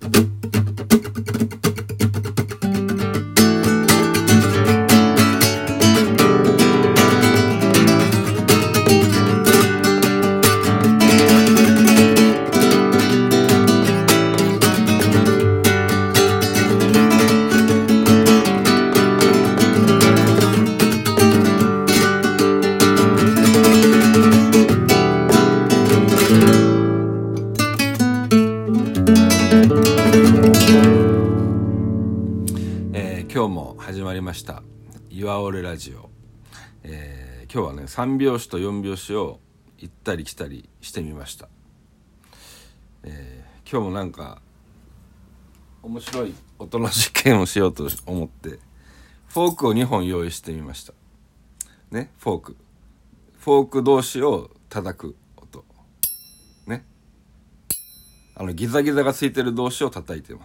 今日も始まりました岩折れラジオ、今日はね3拍子と4拍子を行ったり来たりしてみました。今日もなんか面白い音の実験をしようと思ってフォークを2本用意してみましたね。フォーク同士を叩く音ね、ギザギザがついてる同士を叩いてます。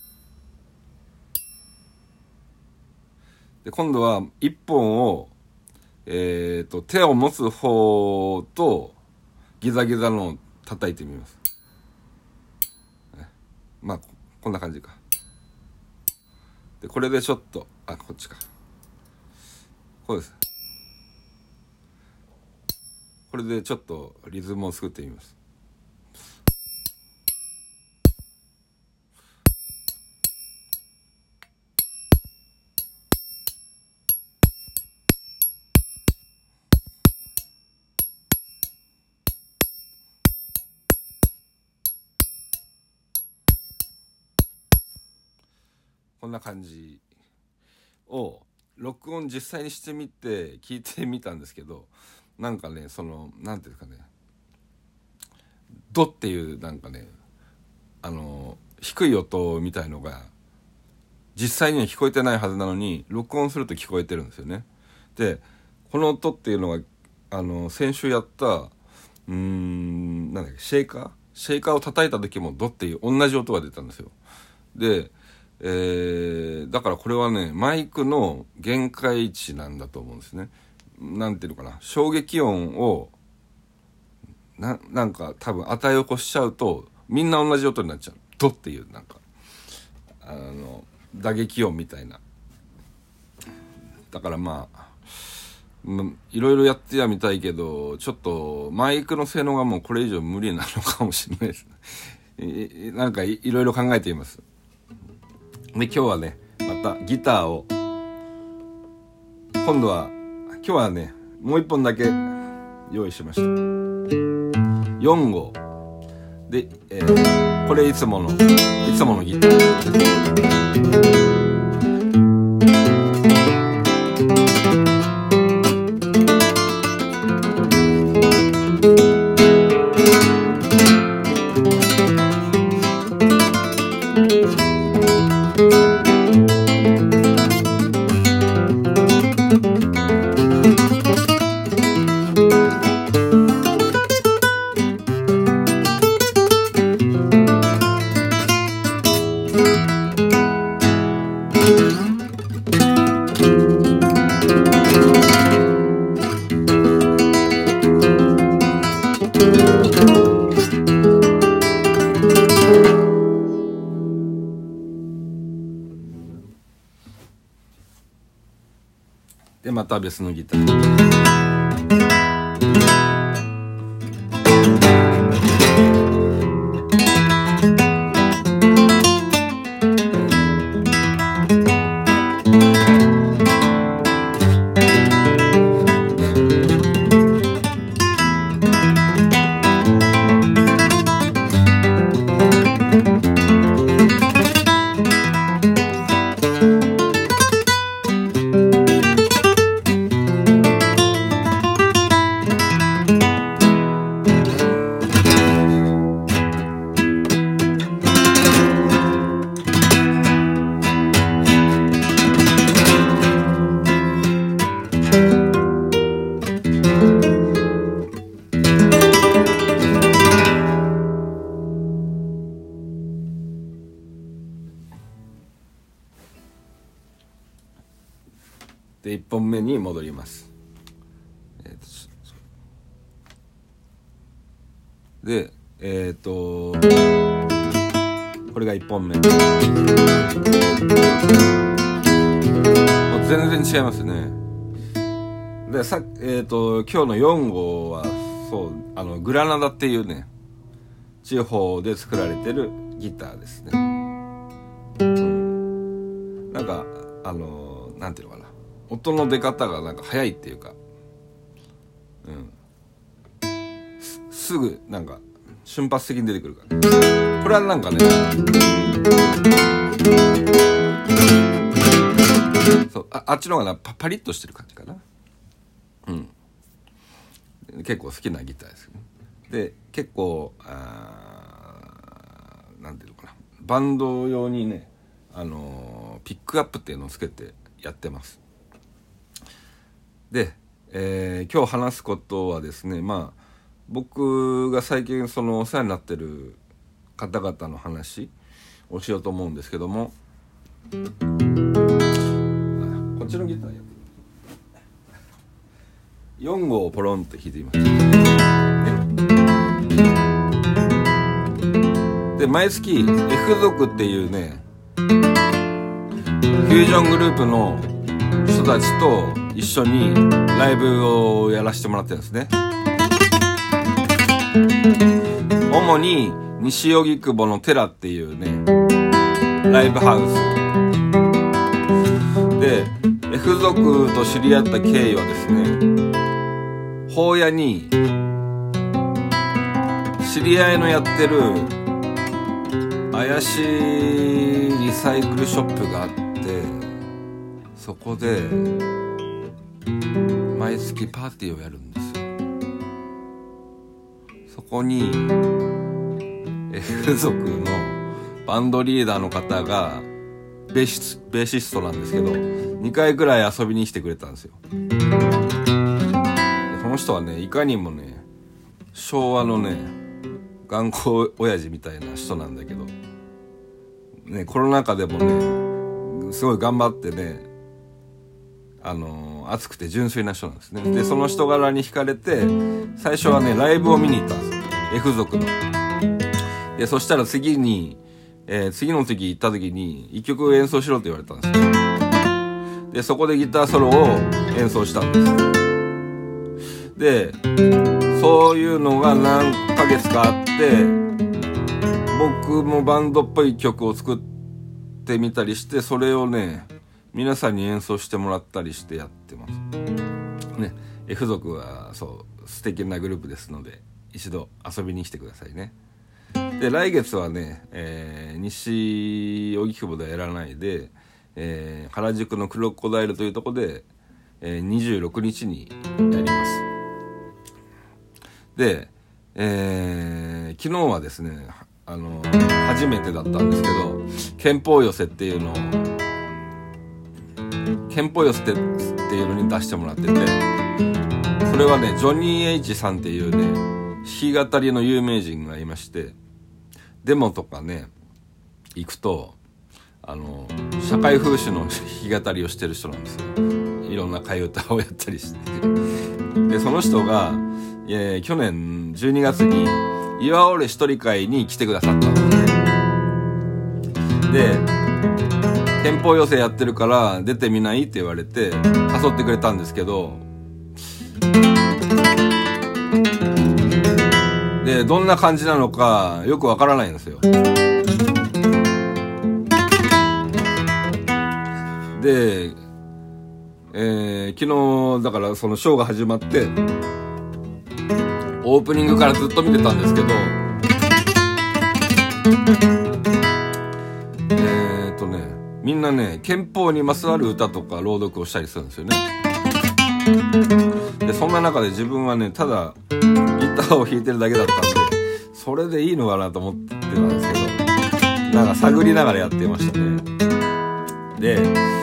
で今度は1本を、手を持つ方とギザギザのを叩いてみます。まあこんな感じか。でこれでちょっとこっちか、こうです。これでちょっとリズムを作ってみます。こんな感じを録音実際にしてみて聞いてみたんですけど、なんかねなんていうかね、ドっていうなんかね低い音みたいのが実際には聞こえてないはずなのに録音すると聞こえてるんですよね。でこの音っていうのが先週やったなんだっけシェイカーを叩いた時もドっていう同じ音が出たんですよ。でだからこれはねマイクの限界値なんだと思うんですね。なんていうのかな、衝撃音をなんか多分与え起こしちゃうとみんな同じ音になっちゃう。ドっていうなんか打撃音みたいな。だからまあいろいろやってはみたいけど、ちょっとマイクの性能がもうこれ以上無理なのかもしれないですね。なんかいろいろ考えています。で今日はねまたギターを今日はねもう一本だけ用意しました。4号で、これいつものギター。でまた別のギター。で1本目に戻ります。でこれが1本目。もう全然違いますね。で今日の4号はそうグラナダっていうね地方で作られてるギターですね。なんかなんていうのかな、音の出方がなんか早いっていうか、すぐなんか瞬発的に出てくるから、これはなんかねそうあっちの方がパリッとしてる感じかな。結構好きなギターですね。で結構なんていうのかな、バンド用にねピックアップっていうのをつけてやってます。で、今日話すことはですね、僕が最近お世話になってる方々の話をしようと思うんですけども、こっちのギターや4号をポロンと弾いてみました。で毎月 F 族っていうねフュージョングループの人たちと一緒にライブをやらせてもらってるんですね。主に西荻窪のテラっていうねライブハウスで F 族と知り合った経緯はですね、法屋に知り合いのやってる怪しいリサイクルショップがあって、そこで毎月パーティーをやるんですよ。そこに F 族のバンドリーダーの方がベーシストなんですけど2回くらい遊びに来てくれたんですよ。その人はねいかにもね昭和のね頑固親父みたいな人なんだけどね、コロナ禍でもねすごい頑張ってね熱くて純粋な人なんですね。でその人柄に惹かれて最初はねライブを見に行ったんですよ、F 族の。でそしたら次の時行った時に1曲演奏しろって言われたんですよ。でそこでギターソロを演奏したんです。でそういうのが何ヶ月かあって、僕もバンドっぽい曲を作ってみたりして、それをね皆さんに演奏してもらったりしてやってますね。 F 族はそう素敵なグループですので一度遊びに来てくださいね。で来月はね、西荻窪ではやらないで、原宿のクロコダイルというところで、26日にやります。で、昨日はですね初めてだったんですけど憲法寄せっていうのを憲法寄せっていうのに出してもらってて、それはねジョニー H さんっていうね弾き語りの有名人がいまして、デモとかね行くと社会風刺の弾き語りをしてる人なんですよ。いろんな替え歌をやったりしてでその人が去年12月に岩折一人会に来てくださったんですね。で憲法寄せやってるから出てみないって言われて誘ってくれたんですけど、でどんな感じなのかよくわからないんですよ。で、昨日だからそのショーが始まってオープニングからずっと見てたんですけど、みんなね憲法にまつわる歌とか朗読をしたりするんですよね。でそんな中で自分はねただギターを弾いてるだけだったんでそれでいいのかなと思ってたんですけど、なんか探りながらやってましたね。で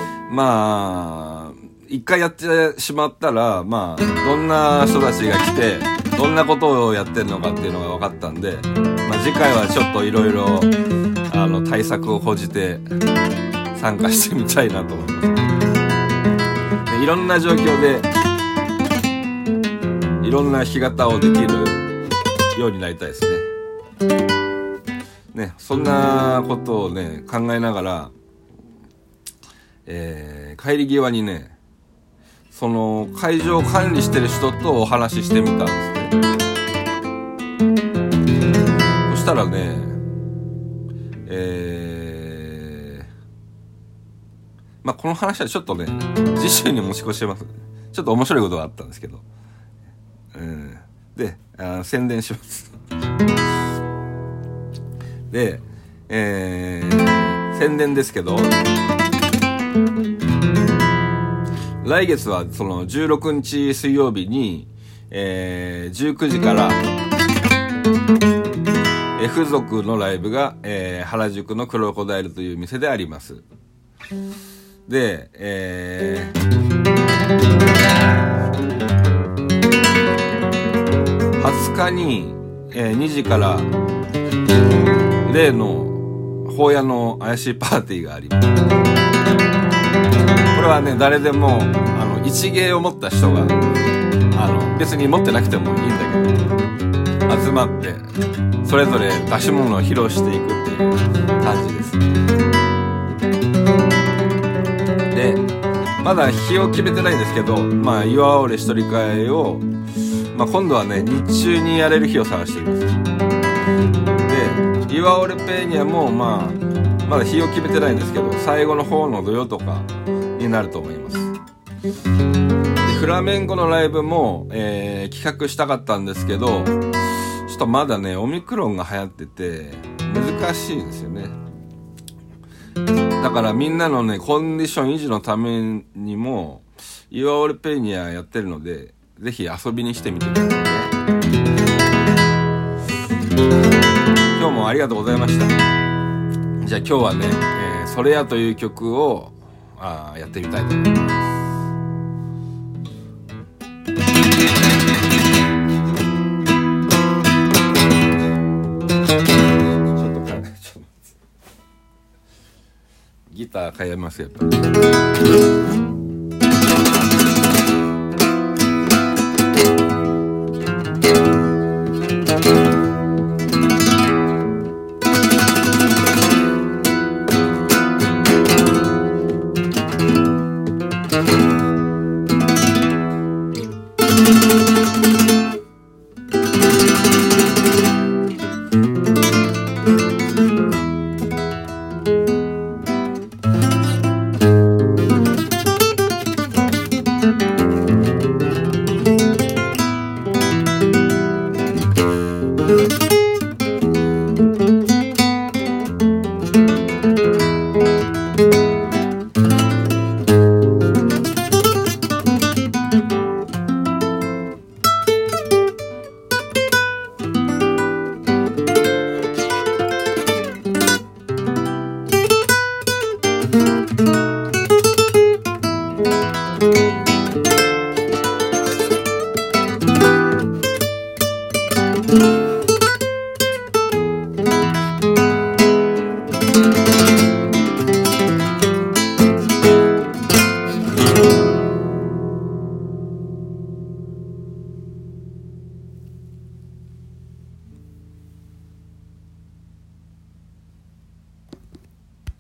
一回やってしまったらどんな人たちが来てどんなことをやってるのかっていうのが分かったんで、次回はちょっといろいろ対策を講じて参加してみたいなと思います。でいろんな状況でいろんな弾き語をできるようになりたいですね。 ね、そんなことをね考えながら、帰り際にねその会場を管理してる人とお話ししてみたんですね。そしたらねこの話はちょっとね次週に持ち越してます。ちょっと面白いことがあったんですけど、で宣伝しますで、宣伝ですけど、来月はその16日水曜日に、19時からF 族のライブが、原宿のクロコダイルという店であります。で、20日に、2時から例の法屋の怪しいパーティーがあります。これはね誰でも一芸を持った人が別に持ってなくてもいいんだけど集まってそれぞれ出し物を披露していくっていう感じです。でまだ日を決めてないんですけど、岩折れ一人会を、今度はね日中にやれる日を探しています。で岩折れペーニャもまだ日を決めてないんですけど最後の方の土曜とかになると思います。でフラメンコのライブも、企画したかったんですけどちょっとまだねオミクロンが流行ってて難しいんですよね。だからみんなのねコンディション維持のためにも岩折れペーニャやってるのでぜひ遊びに来てみてくださいね。今日もありがとうございました。じゃあ今日はね、それやという曲をやってみたいと思います。ギター変えますよやっぱり。